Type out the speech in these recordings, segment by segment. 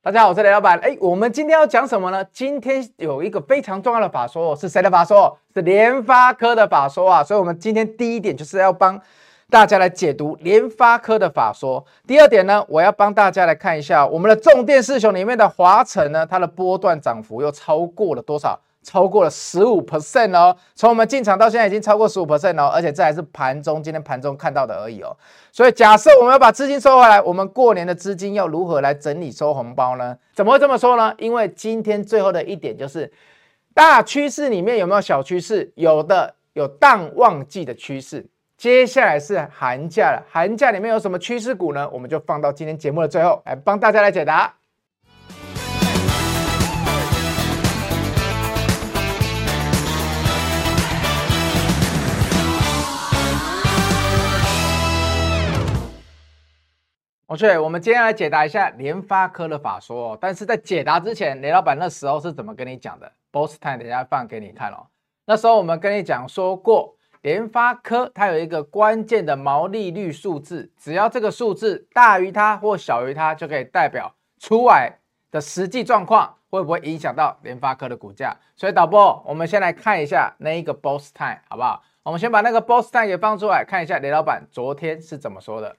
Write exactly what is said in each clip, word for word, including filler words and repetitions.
大家好，我是雷老板。哎，我们今天要讲什么呢？今天有一个非常重要的法说，是谁的法说？是联发科的法说啊。所以，我们今天第一点就是要帮大家来解读联发科的法说。第二点呢，我要帮大家来看一下我们的重电四雄里面的华城呢，它的波段涨幅又超过了多少？超过了 百分之十五 哦，从我们进场到现在已经超过 百分之十五 哦，而且这还是盘中今天盘中看到的而已哦。所以假设我们要把资金收回来，我们过年的资金要如何来整理收红包呢？怎么会这么说呢？因为今天最后的一点就是大趋势里面有没有小趋势？有的，有淡旺季的趋势。接下来是寒假了，寒假里面有什么趋势股呢？我们就放到今天节目的最后来帮大家来解答。OK， 我们今天来解答一下联发科的法说哦。但是在解答之前，雷老板那时候是怎么跟你讲的 ？Boss Time 等一下放给你看哦。那时候我们跟你讲说过，联发科它有一个关键的毛利率数字，只要这个数字大于它或小于它，就可以代表出来的实际状况会不会影响到联发科的股价。所以导播，我们先来看一下那一个 Boss Time 好不好？我们先把那个 Boss Time 给放出来，看一下雷老板昨天是怎么说的。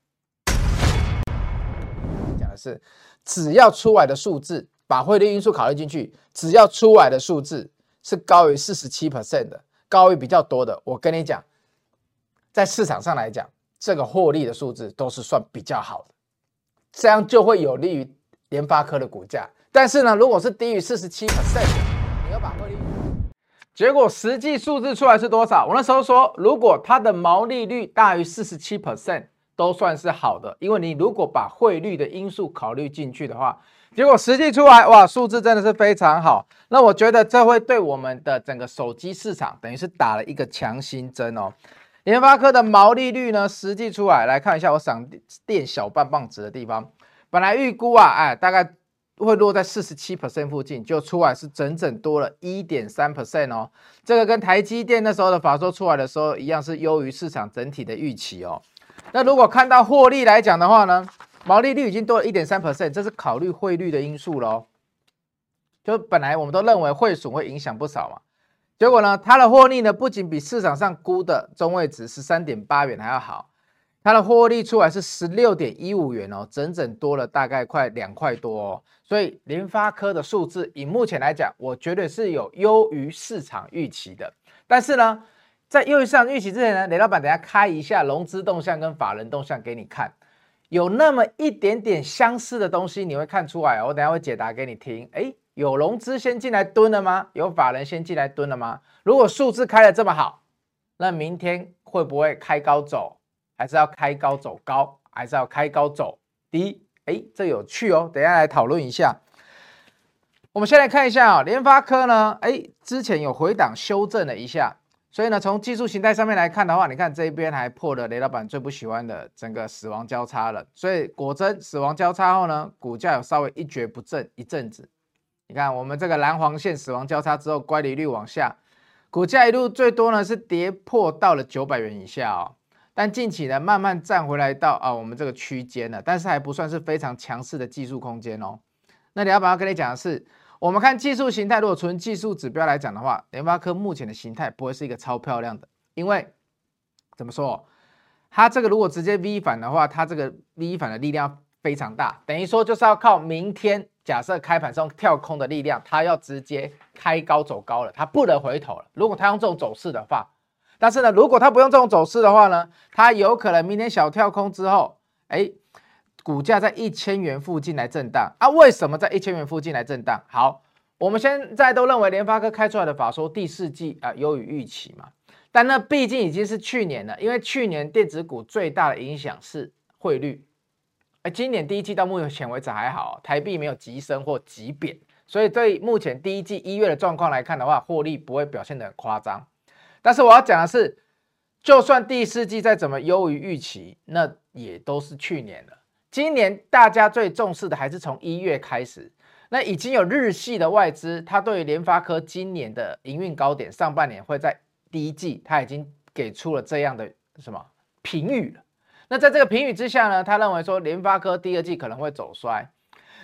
是只要出来的数字，把汇率因素考虑进去，只要出来的数字是高于 百分之四十七 的，高于比较多的，我跟你讲，在市场上来讲，这个获利的数字都是算比较好的，这样就会有利于联发科的股价。但是呢，如果是低于 百分之四十七 的，你要把汇率，结果实际数字出来是多少？我那时候说，如果它的毛利率大于 百分之四十七，都算是好的，因为你如果把汇率的因素考虑进去的话，结果实际出来，哇，数字真的是非常好。那我觉得这会对我们的整个手机市场等于是打了一个强心针哦。联发科的毛利率呢，实际出来来看一下我闪电小棒棒值的地方，本来预估啊，哎，大概会落在 百分之四十七 附近，就出来是整整多了 百分之一点三 哦。这个跟台积电那时候的法说出来的时候一样，是优于市场整体的预期哦。那如果看到获利来讲的话呢，毛利率已经多了 百分之一点三， 这是考虑汇率的因素咯。就本来我们都认为汇损会影响不少嘛，结果呢，它的获利呢不仅比市场上估的中位值 十三点八元还要好，它的获利出来是 十六点一五元哦，整整多了大概快两块多哦。所以联发科的数字以目前来讲，我觉得是有优于市场预期的。但是呢，在优于市场预期之前呢，雷老板等一下开一下融资动向跟法人动向给你看，有那么一点点相似的东西，你会看出来哦。我等一下会解答给你听。哎，有融资先进来蹲了吗？有法人先进来蹲了吗？如果数字开得这么好，那明天会不会开高走？还是要开高走高？还是要开高走低？哎，这有趣哦，等一下来讨论一下。我们先来看一下啊、哦，联发科呢，哎，之前有回档修正了一下。所以呢，从技术形态上面来看的话，你看这一边还破了雷老板最不喜欢的整个死亡交叉了。所以果真死亡交叉后呢，股价有稍微一蹶不振一阵子。你看我们这个蓝黄线死亡交叉之后，乖离率往下，股价一路最多呢是跌破到了九百元以下哦。但近期呢慢慢站回来到啊我们这个区间了，但是还不算是非常强势的技术空间哦。那雷老板要跟你讲的是，我们看技术形态，如果纯技术指标来讲的话，联发科目前的形态不会是一个超漂亮的，因为怎么说，它这个如果直接 V 反的话，它这个 V 反的力量非常大，等于说就是要靠明天假设开盘中跳空的力量，它要直接开高走高了，它不能回头了。如果它用这种走势的话，但是呢，如果它不用这种走势的话呢，它有可能明天小跳空之后，哎。股价在一千元附近来震荡啊？为什么在一千元附近来震荡？好，我们现在都认为联发科开出来的法说第四季啊优于预期嘛，但那毕竟已经是去年了，因为去年电子股最大的影响是汇率，而今年第一季到目前为止还好，台币没有急升或急贬，所以对目前第一季一月的状况来看的话，获利不会表现得很夸张。但是我要讲的是，就算第四季再怎么优于预期，那也都是去年了。今年大家最重视的还是从一月开始，那已经有日系的外资，它对于联发科今年的营运高点，上半年会在第一季，它已经给出了这样的什么评语了。那在这个评语之下呢，他认为说联发科第二季可能会走衰。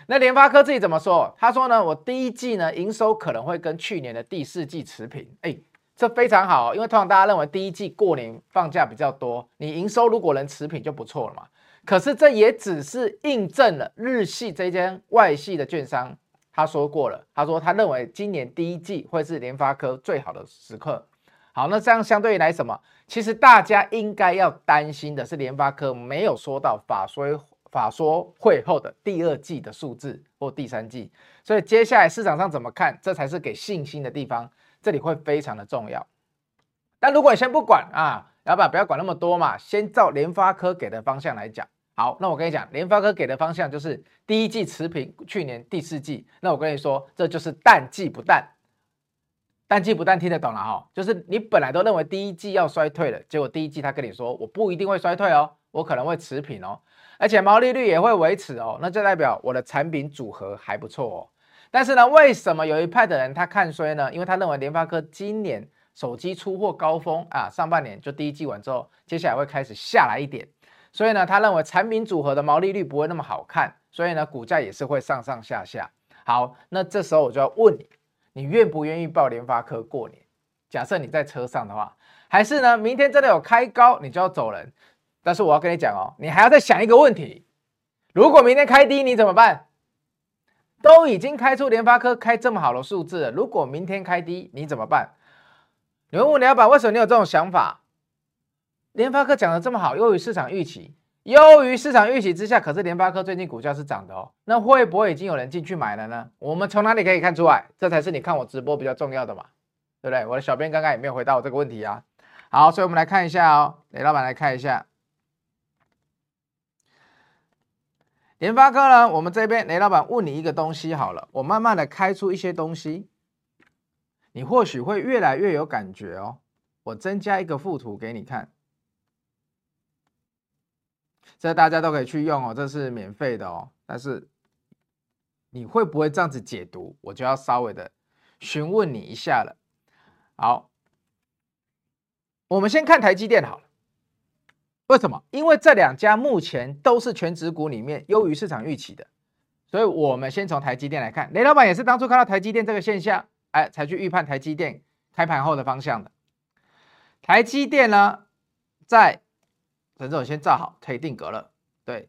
那联发科自己怎么说？他说呢，我第一季呢营收可能会跟去年的第四季持平。哎，这非常好，因为通常大家认为第一季过年放假比较多，你营收如果能持平就不错了嘛。可是这也只是印证了日系这间外系的券商他说过了，他说他认为今年第一季会是联发科最好的时刻。好，那这样相对于来什么？其实大家应该要担心的是联发科没有说到法说法说会后的第二季的数字或第三季，所以接下来市场上怎么看，这才是给信心的地方，这里会非常的重要。但如果你先不管啊，老板不要管那么多嘛，先照联发科给的方向来讲。好，那我跟你讲，联发科给的方向就是第一季持平去年第四季，那我跟你说，这就是淡季不淡。淡季不淡听得懂了哈，就是你本来都认为第一季要衰退了，结果第一季他跟你说我不一定会衰退哦，我可能会持平哦，而且毛利率也会维持哦，那就代表我的产品组合还不错哦。但是呢，为什么有一派的人他看衰呢？因为他认为联发科今年手机出货高峰啊，上半年就第一季完之后，接下来会开始下来一点，所以呢，他认为产品组合的毛利率不会那么好看，所以呢，股价也是会上上下下。好，那这时候我就要问你。你愿不愿意报联发科过年？假设你在车上的话，还是呢，明天真的有开高，你就要走人。但是我要跟你讲哦，你还要再想一个问题：如果明天开低，你怎么办？都已经开出联发科开这么好的数字了，如果明天开低，你怎么办？你会问李老板，为什么你有这种想法？联发科讲的这么好，优于市场预期。优于市场预期之下，可是联发科最近股价是涨的哦，那会不会已经有人进去买了呢？我们从哪里可以看出来？这才是你看我直播比较重要的嘛，对不对？我的小编刚刚也没有回答我这个问题啊。好，所以我们来看一下哦，雷老板来看一下联发科呢。我们这边雷老板问你一个东西好了，我慢慢的开出一些东西，你或许会越来越有感觉哦。我增加一个附图给你看。这大家都可以去用哦，这是免费的哦。但是你会不会这样子解读，我就要稍微的询问你一下了。好，我们先看台积电好了。为什么？因为这两家目前都是全指股里面优于市场预期的，所以我们先从台积电来看。雷老板也是当初看到台积电这个现象，哎，才去预判台积电开盘后的方向的。台积电呢，在等着我先照好，可以定格了。对，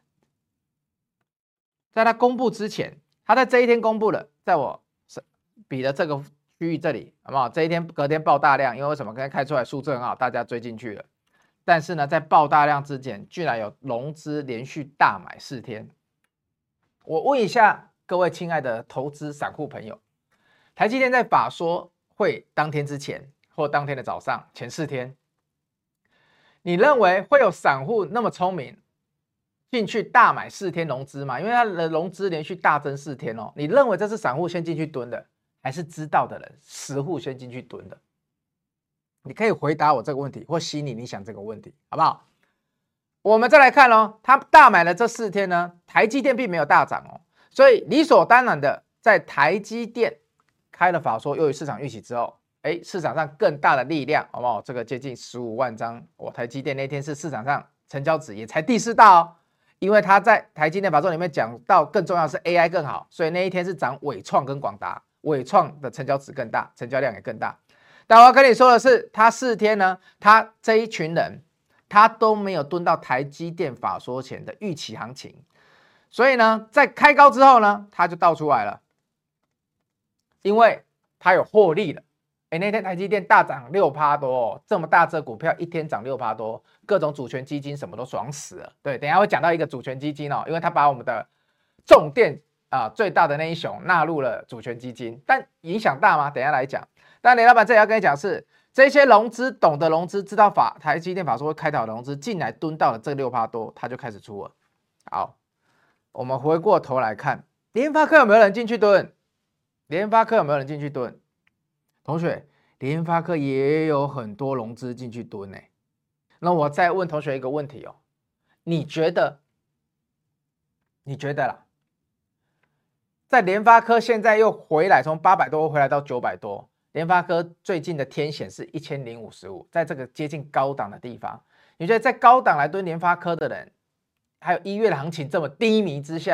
在它公布之前，它在这一天公布了，在我比的这个区域这里，好不好？这一天隔天爆大量，因为为什么？刚才开出来数字很好，大家追进去了。但是呢，在爆大量之前，居然有融资连续大买四天。我问一下各位亲爱的投资散户朋友，台积电在法说会当天之前，或当天的早上前四天。你认为会有散户那么聪明进去大买四天融资吗？因为它的融资连续大增四天哦。你认为这是散户先进去蹲的，还是知道的人实户先进去蹲的？你可以回答我这个问题，或心里你想这个问题，好不好？我们再来看哦，它大买了这四天呢，台积电并没有大涨哦，所以理所当然的，在台积电开了法说优于市场预期之后。哎，市场上更大的力量，好不好？这个接近十五万张，我台积电那天是市场上成交值也才第四大哦，因为他在台积电法说里面讲到，更重要的是 A I 更好，所以那一天是涨伟创跟广达，伟创的成交值更大，成交量也更大。但我要跟你说的是，他四天呢，他这一群人他都没有蹲到台积电法说前的预期行情，所以呢，在开高之后呢，他就倒出来了，因为他有获利了。哎，那天台积电大涨六趴多哦，这么大只股票一天涨六趴多，各种主权基金什么都爽死了。对，等一下会讲到一个主权基金哦，因为他把我们的重电啊最大的那一雄纳入了主权基金，但影响大吗？等一下来讲。但雷老板这里要跟你讲是，这些融资懂得融资，知道法台积电法说会开导融资进来蹲到了这六趴多，他就开始出了。好，我们回过头来看，联发科有没有人进去蹲？联发科有没有人进去蹲？同学，联发科也有很多融资进去蹲欸。那我再问同学一个问题哦，你觉得？你觉得啦？在联发科现在又回来，从八百多回来到九百多，联发科最近的天线是一千零五十五，在这个接近高档的地方，你觉得在高档来蹲联发科的人，还有一月的行情这么低迷之下，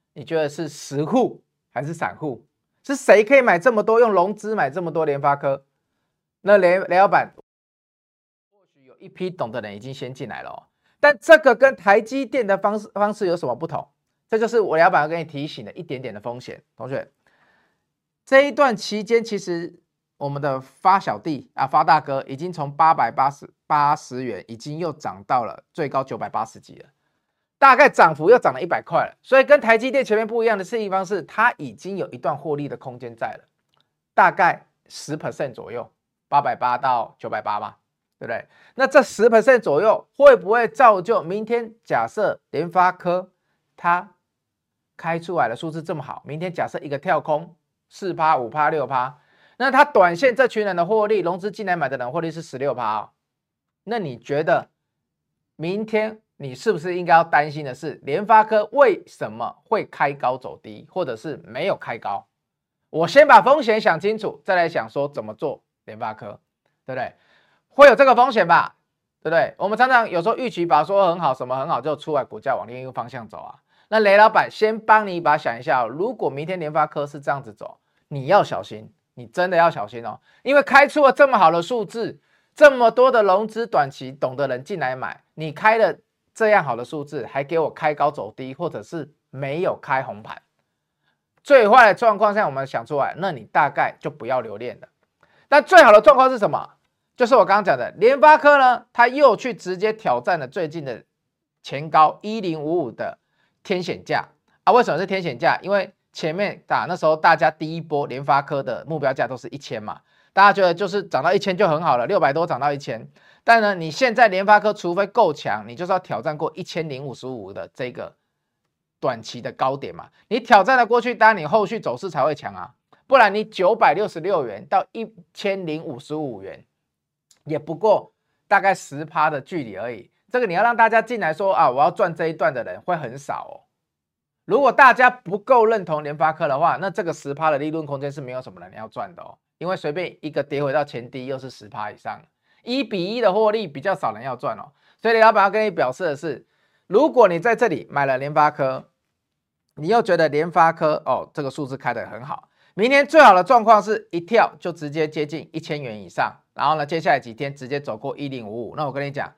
你觉得是实户还是散户？是谁可以买这么多，用融资买这么多联发科？那雷雷老板或许有一批懂的人已经先进来了哦，但这个跟台积电的方式方式有什么不同？这就是我雷老板要跟你提醒的一点点的风险，同学。这一段期间，其实我们的发小弟啊，发大哥已经从八百八十八十元，已经又涨到了最高九百八十几了，大概涨幅又涨了一百块了。所以跟台积电前面不一样的地方是，它已经有一段获利的空间在了，大概 百分之十 左右，八百八到九百八嘛，对不对？那这 百分之十 左右会不会造就明天假设联发科它开出来的数字这么好，明天假设一个跳空。四趴、五趴、六趴，那他短线这群人的获利，融资进来买的人获利是十六趴哦。那你觉得明天你是不是应该要担心的是联发科为什么会开高走低，或者是没有开高？我先把风险想清楚，再来想说怎么做联发科，对不对？会有这个风险吧，对不对？我们常常有时候预期把说很好，什么很好，就出来股价往另一个方向走啊。那雷老板先帮你一把想一下、哦，如果明天联发科是这样子走，你要小心，你真的要小心哦，因为开出了这么好的数字，这么多的融资短期懂的人进来买，你开了这样好的数字，还给我开高走低，或者是没有开红盘，最坏的状况下我们想出来，那你大概就不要留恋了。但最好的状况是什么？就是我刚刚讲的联发科呢，它又去直接挑战了最近的前高一零五五的天险价啊。为什么是天险价？因为前面打那时候大家第一波联发科的目标价都是一千嘛，大家觉得就是涨到一千就很好了，六百多涨到一千。但呢，你现在联发科除非够强，你就是要挑战过一千零五十五的这个短期的高点嘛。你挑战了过去，当然你后续走势才会强啊。不然你九百六十六元到一千零五十五元，也不过大概 百分之十 的距离而已。这个你要让大家进来说啊，我要赚这一段的人会很少哦。如果大家不够认同联发科的话，那这个 百分之十 的利润空间是没有什么人要赚的哦。因为随便一个跌回到前低又是 百分之十 以上，一比一的获利比较少人要赚哦。所以李老板要跟你表示的是，如果你在这里买了联发科，你又觉得联发科哦这个数字开得很好，明天最好的状况是一跳就直接接近一千元以上，然后呢接下来几天直接走过一零五五，那我跟你讲，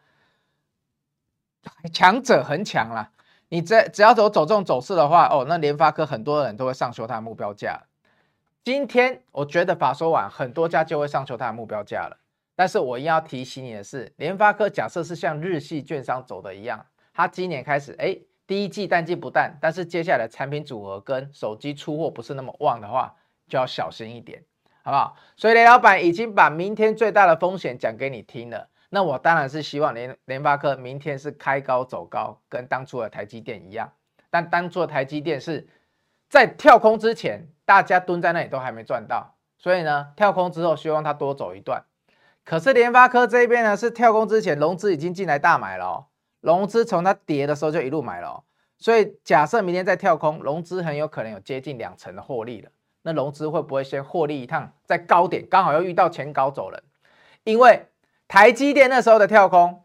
强者恒强啦。你只只要走走这种走势的话，哦，那联发科很多人都会上修它的目标价。今天我觉得法说完很多家就会上修它的目标价了，但是我一定要提醒你的是，联发科假设是像日系券商走的一样，它今年开始，哎，第一季淡季不淡，但是接下来的产品组合跟手机出货不是那么旺的话，就要小心一点，好不好？所以雷老板已经把明天最大的风险讲给你听了。那我当然是希望联联发科明天是开高走高，跟当初的台积电一样。但当初的台积电是在跳空之前，大家蹲在那里都还没赚到，所以呢，跳空之后希望它多走一段。可是联发科这边呢，是跳空之前融资已经进来大买了哦，融资从它跌的时候就一路买了哦，所以假设明天再跳空，融资很有可能有接近两成的获利了。那融资会不会先获利一趟，在高点刚好又遇到前高走人？因为台积电那时候的跳空，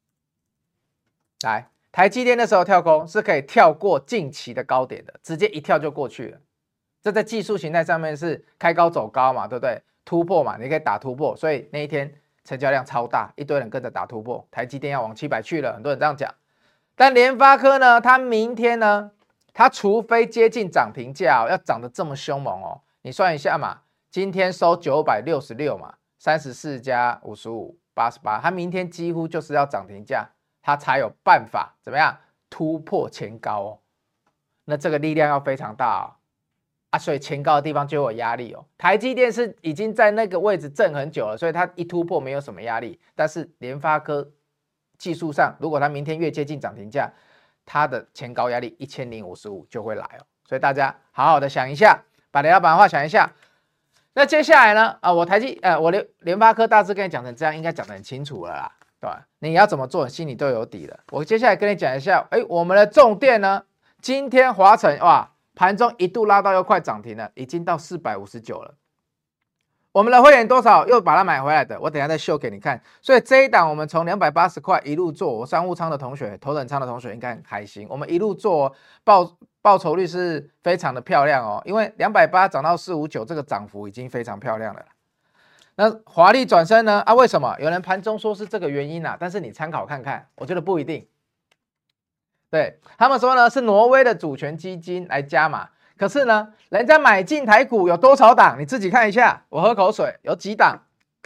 来，台积电那时候跳空是可以跳过近期的高点的，直接一跳就过去了。这在技术形态上面是开高走高嘛，对不对？突破嘛，你可以打突破，所以那一天成交量超大，一堆人跟着打突破，台积电要往七百去了，很多人这样讲。但联发科呢，它明天呢，它除非接近涨停价、哦，要涨得这么凶猛哦，你算一下嘛，今天收九百六十六嘛，三十四加五十五。八十八，它明天几乎就是要涨停价，它才有办法怎么样突破前高哦。那这个力量要非常大哦，啊，所以前高的地方就有压力哦。台积电是已经在那个位置震很久了，所以它一突破没有什么压力。但是联发科技术上，如果它明天越接近涨停价，它的前高压力一千零五十五就会来哦。所以大家好好的想一下，把雷老板的话想一下。那接下来呢？啊，我台积，呃，我联联发科大致跟你讲成这样，应该讲得很清楚了啦，对吧？你要怎么做，你心里都有底了。我接下来跟你讲一下，哎，我们的重电呢，今天华城哇，盘中一度拉到又快涨停了，已经到四百五十九了。我们的会员多少又把它买回来的，我等一下再秀给你看。所以这一档我们从两百八十块一路做，我商务舱的同学、头等舱的同学应该很开心。我们一路做报报酬率是非常的漂亮哦，因为两百八涨到四百五十九，这个涨幅已经非常漂亮了。那华丽转身呢？啊，为什么？有人盘中说是这个原因啊，但是你参考看看，我觉得不一定。对，他们说呢是挪威的主权基金来加码，可是呢，人家买进台股有多少档？你自己看一下。我喝口水，有几档？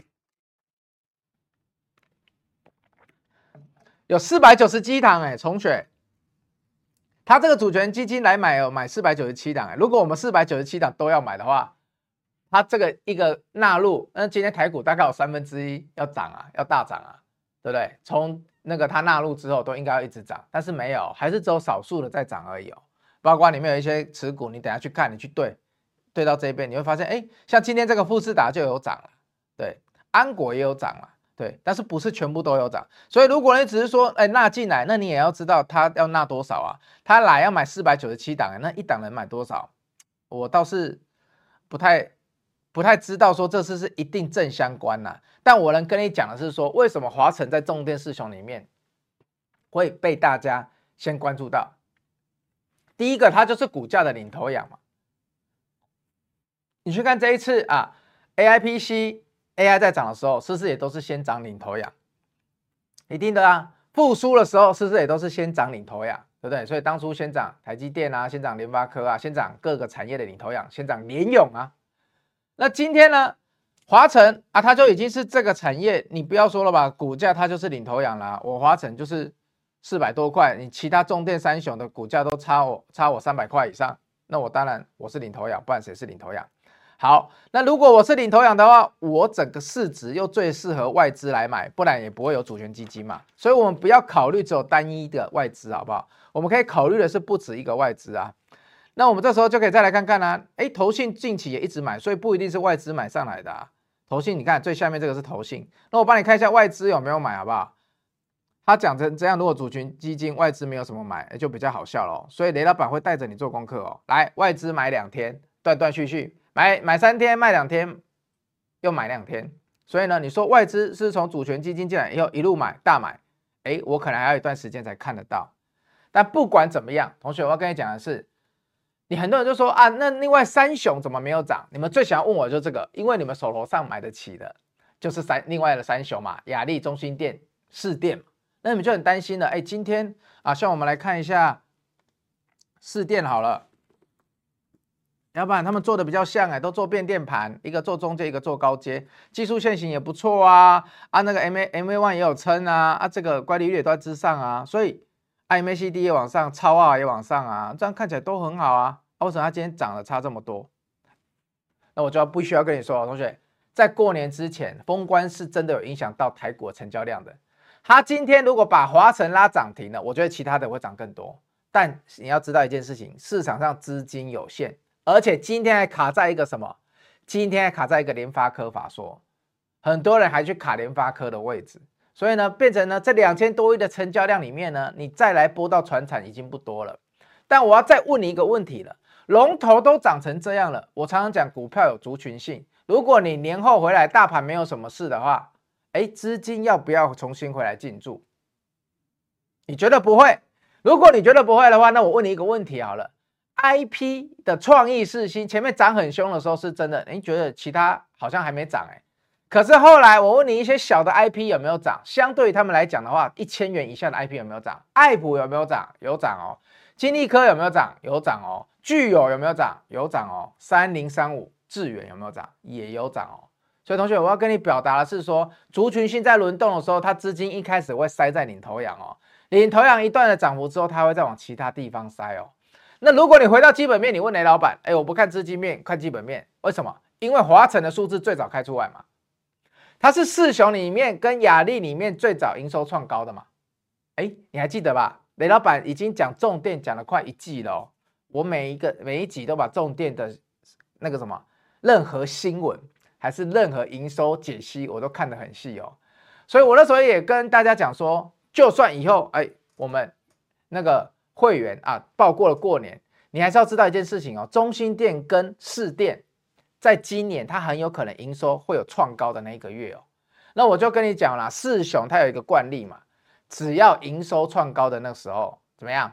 有四百九十七档哎，重选。他这个主权基金来买哦，买四百九十七档哎。如果我们四百九十七档都要买的话，他这个一个纳入，那今天台股大概有三分之一要涨啊，要大涨啊，对不对？从那个它纳入之后都应该要一直涨，但是没有，还是只有少数的在涨而已哦。包括里面有一些持股，你等一下去看，你去对对到这边，你会发现，哎，像今天这个富士达就有涨了，对，安国也有涨了。对，但是不是全部都有涨，所以如果你只是说，哎，纳进来，那你也要知道他要纳多少啊？他来要买四百九十七档，那一档能买多少？我倒是不太不太知道说这是是一定正相关呐、啊。但我能跟你讲的是说，为什么华城在重电四雄里面会被大家先关注到？第一个，它就是股价的领头羊嘛。你去看这一次啊 ，A I P C。A I 在涨的时候，是不是也都是先涨领头羊？一定的啊。复苏的时候，是不是也都是先涨领头羊？对不对？所以当初先涨台积电啊，先涨联发科啊，先涨各个产业的领头羊，先涨联咏啊。那今天呢，华城啊，它就已经是这个产业，你不要说了吧，股价它就是领头羊啦。我华城就是四百多块，你其他重电三雄的股价都差我差我三百块以上，那我当然我是领头羊，不然谁是领头羊？好，那如果我是领头羊的话，我整个市值又最适合外资来买，不然也不会有主权基金嘛。所以我们不要考虑只有单一的外资，好不好？我们可以考虑的是不止一个外资啊。那我们这时候就可以再来看看啊，哎，投信近期也一直买，所以不一定是外资买上来的啊。投信，你看最下面这个是投信，那我帮你看一下外资有没有买，好不好？他讲成这样，如果主权基金外资没有什么买，就比较好笑了、哦。所以雷老板会带着你做功课哦。来，外资买两天，断断续续。买买三天卖两天，又买两天，所以呢，你说外资是从主权基金进来以后一路买大买，哎，我可能还要一段时间才看得到。但不管怎么样，同学，我要跟你讲的是，你很多人就说啊，那另外三雄怎么没有涨？你们最想要问我就这个，因为你们手头上买得起的，就是三另外的三雄嘛，亚力、中兴电、士电嘛，那你们就很担心了。哎，今天啊，像我们来看一下士电好了。要不然他们做的比较像哎、欸，都做变电盘，一个做中阶，一个做高阶，技术线型也不错啊，啊那个 M A M A one 也有撑啊，啊这个乖离率也都在之上啊，所以 M A C D 也往上，超 R 也往上啊，这样看起来都很好啊，啊为什么它今天涨得差这么多？那我就要不需要跟你说，同学，在过年之前，封关是真的有影响到台股的成交量的。它今天如果把华城拉涨停了，我觉得其他的会涨更多。但你要知道一件事情，市场上资金有限。而且今天还卡在一个什么？今天还卡在一个联发科法说，很多人还去卡联发科的位置，所以呢，变成呢这两千多亿的成交量里面呢，你再来拨到传产已经不多了。但我要再问你一个问题了，龙头都涨成这样了，我常常讲股票有族群性，如果你年后回来大盘没有什么事的话，哎，资金要不要重新回来进驻？你觉得不会？如果你觉得不会的话，那我问你一个问题好了。I P 的创意世新前面涨很凶的时候是真的，你觉得其他好像还没涨哎、欸，可是后来我问你一些小的 I P 有没有涨？相对于他们来讲的话，一千元以下的 I P 有没有涨？爱普有没有涨？有涨哦。金利科有没有涨？有涨哦。聚友有没有涨？有涨哦。三零三五智原有没有涨？也有涨哦。所以同学，我要跟你表达的是说，族群性在轮动的时候，它资金一开始会塞在领头羊哦，领头羊一段的涨幅之后，它会再往其他地方塞哦。那如果你回到基本面，你问雷老板，哎，我不看资金面，看基本面，为什么？因为华城的数字最早开出来嘛，它是四雄里面跟亚力里面最早营收创高的嘛，哎，你还记得吧？雷老板已经讲重电讲了快一季了哦，我每一个每一集都把重电的那个什么任何新闻还是任何营收解析，我都看得很细哦，所以我那时候也跟大家讲说，就算以后哎我们那个。会员啊，报过了过年，你还是要知道一件事情哦，中兴电跟士电在今年它很有可能营收会有创高的那一个月哦。那我就跟你讲啦，四雄它有一个惯例嘛，只要营收创高的那时候怎么样，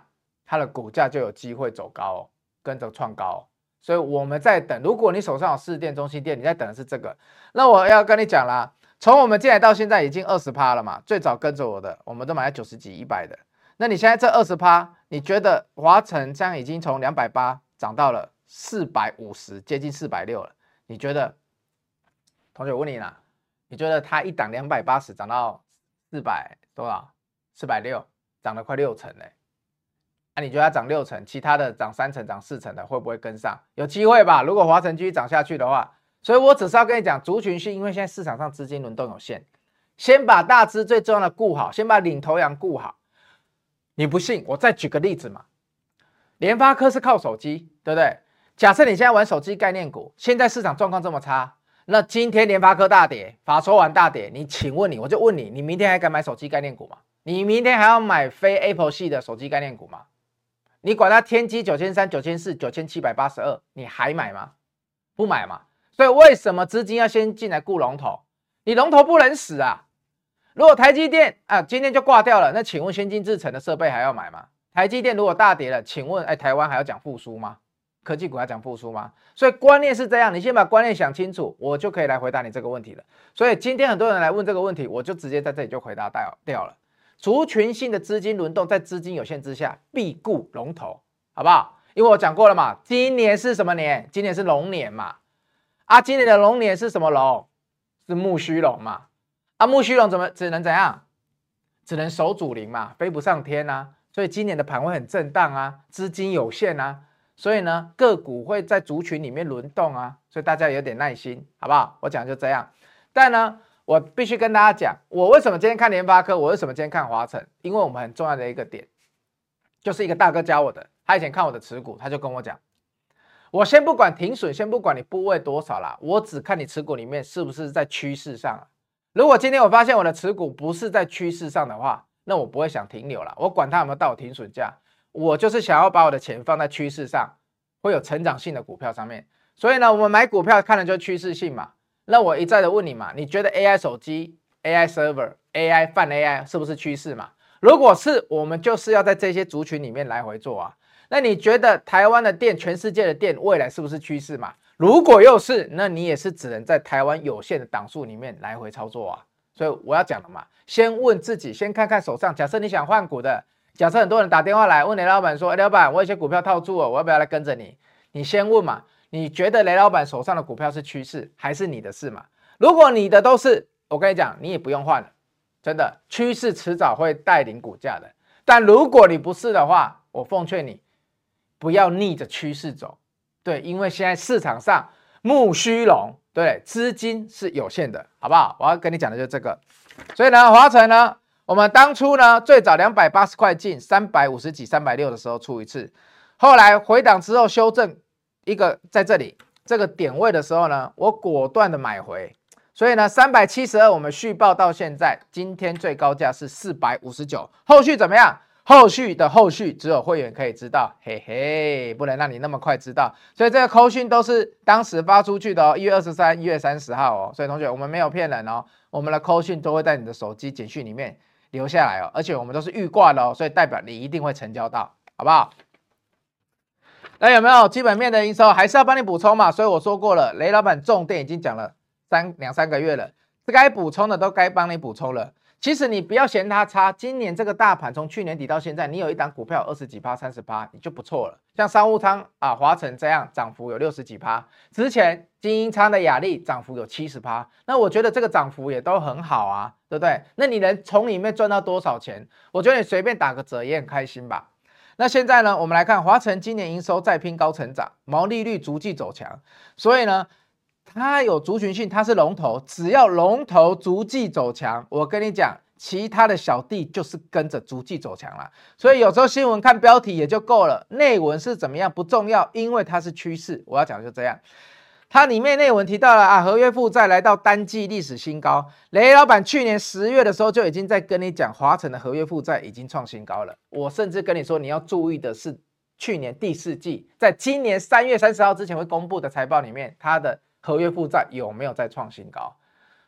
它的股价就有机会走高哦，跟着创高哦。所以我们在等，如果你手上有市电、中心电，你在等的是这个，那我要跟你讲啦，从我们进来到现在已经 百分之二十 了嘛，最早跟着我的，我们都买在九十几、一百的。那你现在这 百分之二十， 你觉得华城这样已经从两百八涨到了四百五十，接近四百六了？你觉得？同学我问你啦，你觉得它一档两百八十涨到四百多少？四百六，涨了快六成嘞。啊，你觉得它涨六成，其他的涨三成、涨四成的会不会跟上？有机会吧？如果华城继续涨下去的话，所以我只是要跟你讲，族群性，因为现在市场上资金轮动有限，先把大资最重要的顾好，先把领头羊顾好。你不信，我再举个例子嘛。联发科是靠手机，对不对？假设你现在玩手机概念股，现在市场状况这么差，那今天联发科大跌，法说完大跌，你请问你，我就问你，你明天还敢买手机概念股吗？你明天还要买非 Apple 系的手机概念股吗？你管它天玑九千三、九千四、九千七百八十二，你还买吗？不买嘛。所以为什么资金要先进来顾龙头？你龙头不能死啊！如果台积电啊今天就挂掉了，那请问先进制程的设备还要买吗？台积电如果大跌了，请问哎，台湾还要讲复苏吗？科技股要讲复苏吗？所以观念是这样，你先把观念想清楚，我就可以来回答你这个问题了。所以今天很多人来问这个问题，我就直接在这里就回答掉了。族群性的资金轮动，在资金有限之下，必顾龙头，好不好？因为我讲过了嘛，今年是什么年？今年是龙年嘛。啊，今年的龙年是什么龙？是木须龙嘛。啊，木须龙怎么只能怎样？只能守主灵嘛，飞不上天啊。所以今年的盘会很震荡啊，资金有限啊，所以呢，个股会在族群里面轮动啊，所以大家有点耐心，好不好？我讲就这样。但呢，我必须跟大家讲，我为什么今天看联发科，我为什么今天看华城？因为我们很重要的一个点，就是一个大哥教我的，他以前看我的持股，他就跟我讲，我先不管停损，先不管你部位多少啦，我只看你持股里面是不是在趋势上啊。如果今天我发现我的持股不是在趋势上的话，那我不会想停留了，我管它有没有到停损价，我就是想要把我的钱放在趋势上，会有成长性的股票上面。所以呢，我们买股票看的就是趋势性嘛。那我一再的问你嘛，你觉得 A I 手机、A I server、A I 泛 A I 是不是趋势嘛？如果是，我们就是要在这些族群里面来回做啊。那你觉得台湾的电、全世界的电未来是不是趋势嘛？如果又是，那你也是只能在台湾有限的档数里面来回操作啊。所以我要讲的嘛，先问自己，先看看手上。假设你想换股的，假设很多人打电话来问雷老板说：“哎，雷老板，我有些股票套住了，我要不要来跟着你？”你先问嘛，你觉得雷老板手上的股票是趋势还是你的事嘛？如果你的都是，我跟你讲，你也不用换了，真的，趋势迟早会带领股价的。但如果你不是的话，我奉劝你不要逆着趋势走，对，因为现在市场上木须龙，对，资金是有限的，好不好？我要跟你讲的就是这个。所以呢，华城呢，我们当初呢最早两百八十块进，三百五十几、三百六的时候出一次，后来回档之后修正一个在这里这个点位的时候呢，我果断的买回。所以呢，三百七十二我们续报到现在，今天最高价是四百五十九，后续怎么样？后续的后续只有会员可以知道，嘿嘿，不能让你那么快知道。所以这个扣讯都是当时发出去的哦，一月二十三、一月三十号哦。所以同学，我们没有骗人哦，我们的扣讯都会在你的手机简讯里面留下来哦，而且我们都是预挂的哦，所以代表你一定会成交到，好不好？那有没有基本面的营收？还是要帮你补充嘛？所以我说过了，雷老板重点已经讲了三两三个月了，该补充的都该帮你补充了。其实你不要嫌它差，今年这个大盘从去年底到现在，你有一档股票二十几趴、三十趴，你就不错了。像商务舱啊、华城这样涨幅有六十几趴，之前精英舱的亚力涨幅有七十趴，那我觉得这个涨幅也都很好啊，对不对？那你能从里面赚到多少钱？我觉得你随便打个折也很开心吧。那现在呢，我们来看华城今年营收再拼高成长，毛利率逐季走强，所以呢，它有族群性，它是龙头，只要龙头逐季走强，我跟你讲，其他的小弟就是跟着逐季走强了。所以有时候新闻看标题也就够了，内文是怎么样不重要，因为它是趋势。我要讲就这样，它里面内文提到了啊，合约负债来到单季历史新高。雷老板去年十月的时候就已经在跟你讲，华城的合约负债已经创新高了。我甚至跟你说，你要注意的是，去年第四季，在今年三月三十号之前会公布的财报里面，它的合约负债有没有再创新高？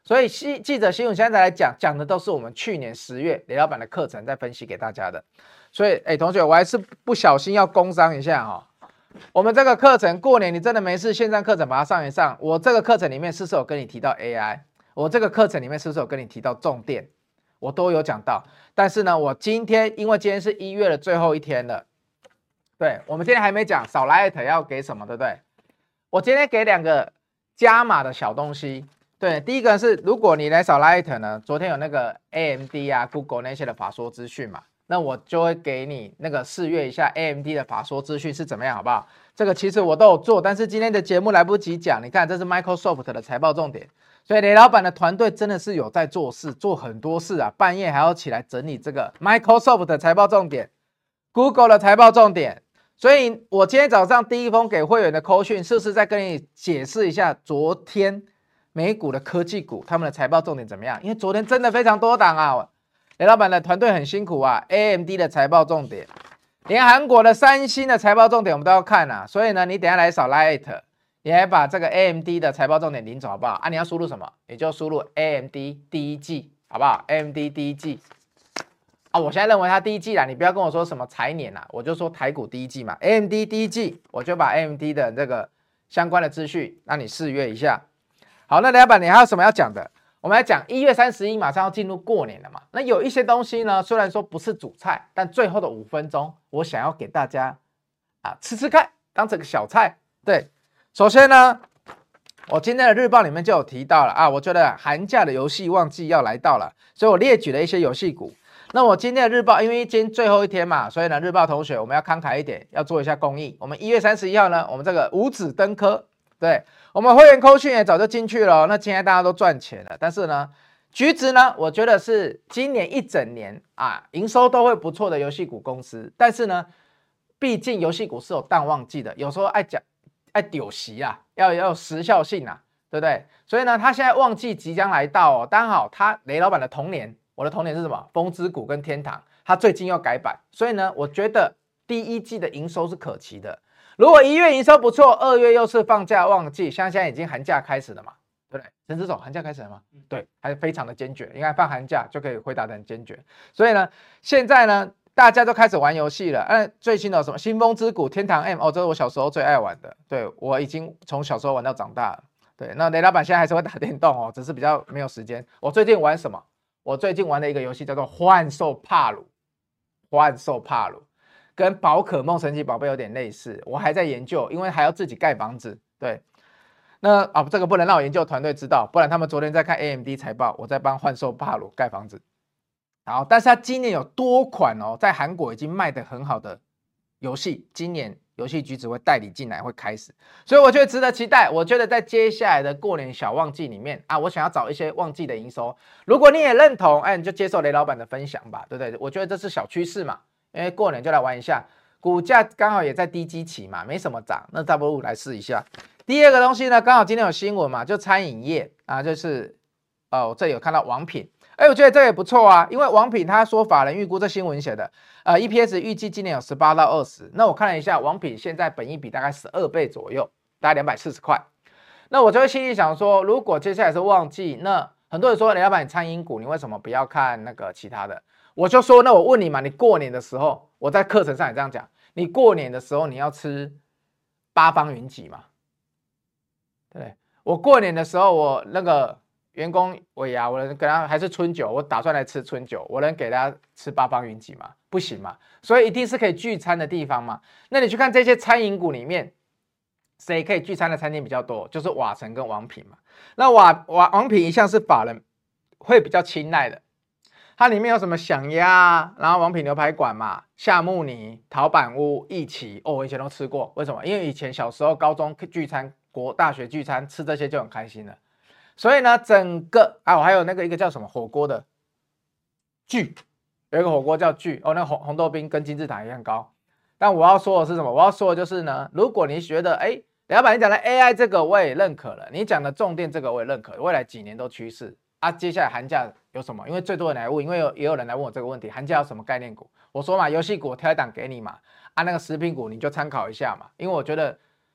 所以记记者新闻现在来讲，讲的都是我们去年十月雷老板的课程在分析给大家的。所以，哎，同学，我还是不小心要工商一下哈、哦。我们这个课程过年你真的没事，线上课程把它上一上。我这个课程里面是不是有跟你提到 A I？ 我这个课程里面是不是有跟你提到重电？我都有讲到。但是呢，我今天因为今天是一月的最后一天了，对我们今天还没讲扫 Light 要给什么，对不对？我今天给两个加码的小东西。对，第一个是如果你来扫 Light 呢，昨天有那个 A M D 啊、Google 那些的法说资讯嘛。那我就会给你那个试阅一下 A M D 的法说资讯是怎么样，好不好？这个其实我都有做，但是今天的节目来不及讲。你看，这是 Microsoft 的财报重点，所以雷老板的团队真的是有在做事，做很多事啊，半夜还要起来整理这个 Microsoft 的财报重点 ，Google 的财报重点。所以我今天早上第一封给会员的扣讯，是不是在跟你解释一下昨天美股的科技股他们的财报重点怎么样？因为昨天真的非常多档啊。雷老板的团队很辛苦啊 ，A M D 的财报重点，连韩国的三星的财报重点我们都要看啊，所以呢，你等一下来扫 Light， 你还把这个 A M D 的财报重点领走好不好？啊，你要输入什么？你就输入 A M D 第一季，好不好 ？A M D 第一季啊，我现在认为它第一季啦，你不要跟我说什么财年啦，我就说台股第一季嘛 ，A M D 第一季，我就把 A M D 的这个相关的资讯让你试阅一下。好，那雷老板你还有什么要讲的？我们来讲一月三十一马上要进入过年了嘛，那有一些东西呢，虽然说不是主菜，但最后的五分钟，我想要给大家啊吃吃看，当这个小菜。对，首先呢，我今天的日报里面就有提到了啊，我觉得寒假的游戏旺季要来到了，所以我列举了一些游戏股。那我今天的日报，因为今天最后一天嘛，所以呢，日报同学我们要慷慨一点，要做一下公益。我们一月三十一号呢，我们这个五子登科，对。我们会员扣讯也早就进去了，那今天大家都赚钱了。但是呢，橘子呢，我觉得是今年一整年啊，营收都会不错的游戏股公司。但是呢，毕竟游戏股是有淡旺季的，有时候爱讲爱丢席啊，要要有时效性啊，对不对？所以呢，它现在旺季即将来到哦。刚好他雷老板的童年，我的童年是什么？风之谷跟天堂，他最近要改版，所以呢，我觉得第一季的营收是可期的。如果一月营收不错，二月又是放假旺季，像现在已经寒假开始了嘛，对不对？陈志总，寒假开始了吗？对，还是非常的坚决，应该放寒假就可以回答得很坚决。所以呢，现在呢，大家都开始玩游戏了。嗯，最新的有什么新风之谷、天堂 M 哦，这是我小时候最爱玩的，对我已经从小时候玩到长大了。对，那雷老板现在还是会打电动哦，只是比较没有时间。我最近玩什么？我最近玩的一个游戏叫做《幻兽帕鲁》，幻兽帕鲁。跟宝可梦神奇宝贝有点类似，我还在研究，因为还要自己盖房子。对，那啊，这个不能让我研究团队知道，不然他们昨天在看 A M D 财报，我在帮幻兽帕鲁盖房子。好，但是他今年有多款哦，在韩国已经卖得很好的游戏，今年游戏橘子会代理进来，会开始，所以我觉得值得期待。我觉得在接下来的过年小旺季里面啊，我想要找一些旺季的营收。如果你也认同，哎，你就接受雷老板的分享吧，对不对？我觉得这是小趋势嘛。因为过年就来玩一下，股价刚好也在低基期嘛，没什么涨，那倒不如来试一下。第二个东西呢，刚好今天有新闻嘛，就餐饮业啊，就是哦，我这里有看到王品，哎，我觉得这也不错啊，因为王品他说法人预估这新闻写的，呃 ，E P S 预计今年有十八到二十，那我看了一下，王品现在本益比大概十二倍左右，大概两百四十块，那我就会心里想说，如果接下来是旺季，那很多人说，雷老板你餐饮股，你为什么不要看那个其他的？我就说，那我问你嘛，你过年的时候，我在课程上也这样讲，你过年的时候你要吃八方云集嘛？对，我过年的时候，我那个员工尾牙，我能给他还是春酒，我打算来吃春酒，我能给大家吃八方云集吗？不行嘛，所以一定是可以聚餐的地方嘛。那你去看这些餐饮股里面，谁可以聚餐的餐厅比较多？就是瓦城跟王品嘛。那瓦瓦王品一向是法人会比较青睐的。它里面有什么响鸭，然后王品牛排馆嘛，夏慕尼、陶板屋、一起哦，我以前都吃过。为什么？因为以前小时候高中聚餐、国大学聚餐吃这些就很开心了。所以呢，整个啊，我还有那个一个叫什么火锅的聚，有一个火锅叫聚哦，那个红红豆冰跟金字塔一样高。但我要说的是什么？我要说的就是呢，如果你觉得哎，雷老板你讲的 A I 这个我也认可了，你讲的重电这个我也认可，未来几年都趋势。啊，接下来寒假有什么？因为最多人来问，因为有也有人来问我这个问题，寒假有什么概念股？我说嘛，游戏股我挑一档给你嘛，啊，那个食品股你就参考一下嘛，因为我觉得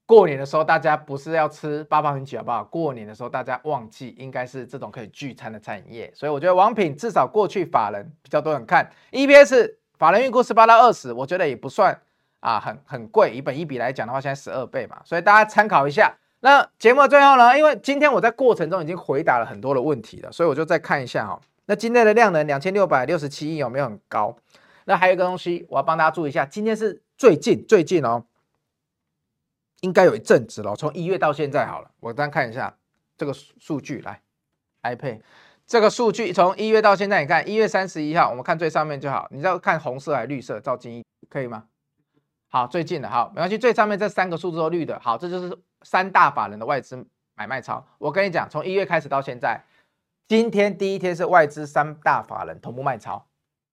过年的时候大家不是要吃八方云集好不好？过年的时候大家忘记应该是这种可以聚餐的产业，所以我觉得王品至少过去法人比较多人看 E P S 法人预估十八到二十，我觉得也不算啊很很贵，以本益比来讲的话，现在十二倍嘛，所以大家参考一下。那节目的最后呢，因为今天我在过程中已经回答了很多的问题了，所以我就再看一下哈。那今天的量能两千六百六十七亿有没有很高？那还有一个东西我要帮大家注意一下，今天是最近最近哦。应该有一阵子了，从一月到现在好了，我单看一下这个数据来 ，iPad 这个数据从一月到现在，你看一月三十一号，我们看最上面就好，你知道看红色还是绿色？照金一可以吗？好，最近的好，没关系，最上面这三个数字都绿的，好，这就是三大法人的外资买卖超。我跟你讲，从一月开始到现在，今天第一天是外资三大法人同步卖超。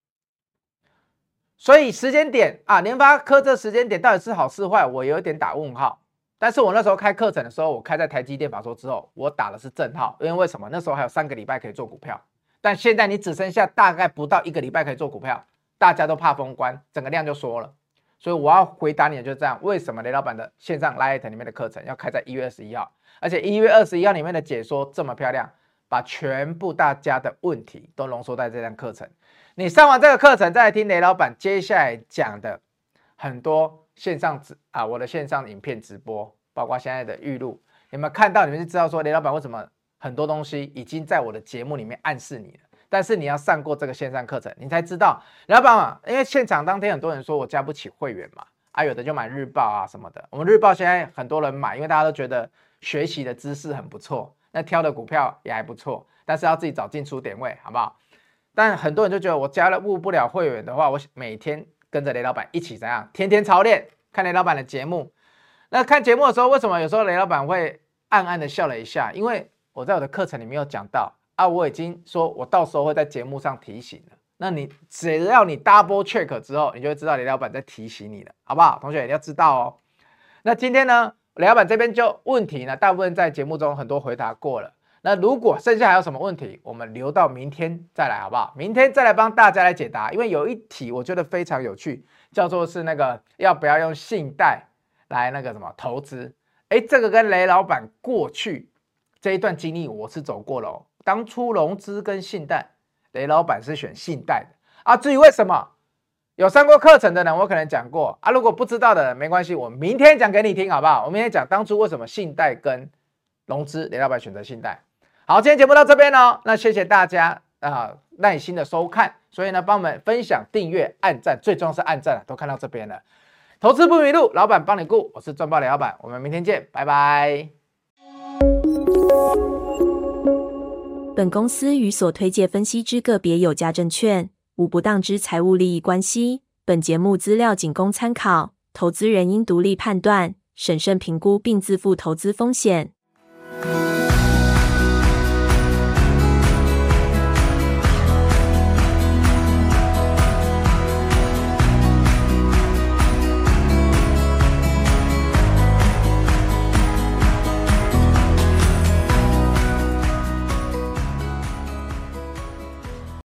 所以时间点啊，联发科这时间点到底是好是坏，我有一点打问号。但是我那时候开课程的时候，我开在台积电法说之后，我打的是正号，因为为什么？那时候还有三个礼拜可以做股票，但现在你只剩下大概不到一个礼拜可以做股票，大家都怕封关，整个量就缩了。所以我要回答你的就是这样，为什么雷老板的线上 Lite 里面的课程要开在一月二十一号，而且一月二十一号里面的解说这么漂亮，把全部大家的问题都浓缩在这堂课程。你上完这个课程，再来听雷老板接下来讲的很多线上啊，我的线上影片直播，包括现在的预录，有没有看到？你们就知道说雷老板为什么很多东西已经在我的节目里面暗示你了。但是你要上过这个线上课程，你才知道雷老板嘛，因为现场当天很多人说我加不起会员嘛，啊，有的就买日报啊什么的。我们日报现在很多人买，因为大家都觉得学习的知识很不错，那挑的股票也还不错，但是要自己找进出点位，好不好？但很多人就觉得我加了入不了会员的话，我每天跟着雷老板一起怎样，天天操练，看雷老板的节目。那看节目的时候，为什么有时候雷老板会暗暗的笑了一下？因为我在我的课程里面有讲到啊，我已经说我到时候会在节目上提醒了。那你只要你 double check 之后，你就会知道雷老板在提醒你了，好不好？同学一定要知道哦。那今天呢，雷老板这边就问题呢，大部分在节目中很多回答过了。那如果剩下还有什么问题，我们留到明天再来好不好？明天再来帮大家来解答，因为有一题我觉得非常有趣，叫做是那个要不要用信贷来那个什么投资？哎，这个跟雷老板过去这一段经历我是走过了哦。当初融资跟信贷，雷老板是选信贷的啊。至于为什么，有上过课程的人我可能讲过啊，如果不知道的人没关系，我明天讲给你听好不好？我明天讲当初为什么信贷跟融资，雷老板选择信贷。好，今天节目到这边哦，那谢谢大家啊、呃、耐心的收看，所以呢帮我们分享、订阅、按赞，最重要是按赞都看到这边了。投资不迷路，老板帮你顾，我是赚爆雷老板，我们明天见，拜拜。 本公司与所推介分析之个别有价证券无不当之财务利益关系，本节目资料仅供参考，投资人应独立判断、审慎评估并自负投资风险。